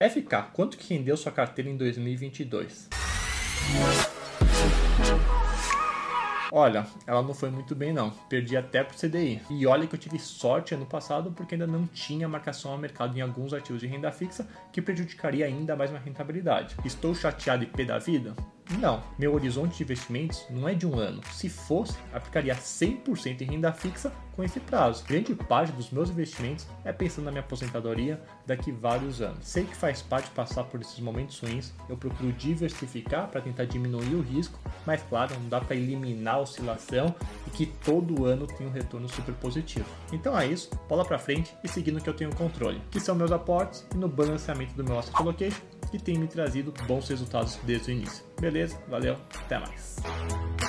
FK, quanto que rendeu sua carteira em 2022? Olha, ela não foi muito bem não, perdi até pro CDI. E olha que eu tive sorte ano passado porque ainda não tinha marcação ao mercado em alguns ativos de renda fixa que prejudicaria ainda mais minha rentabilidade. Estou chateado e pé da vida? Não, meu horizonte de investimentos não é de um ano. Se fosse, aplicaria 100% em renda fixa com esse prazo. Grande parte dos meus investimentos é pensando na minha aposentadoria daqui vários anos. Sei que faz parte passar por esses momentos ruins, eu procuro diversificar para tentar diminuir o risco, mas claro, não dá para eliminar a oscilação e que todo ano tem um retorno super positivo. Então é isso, bola para frente e seguindo o que eu tenho controle, que são meus aportes e no balanceamento do meu asset allocation, que tem me trazido bons resultados desde o início. Beleza? Valeu, até mais!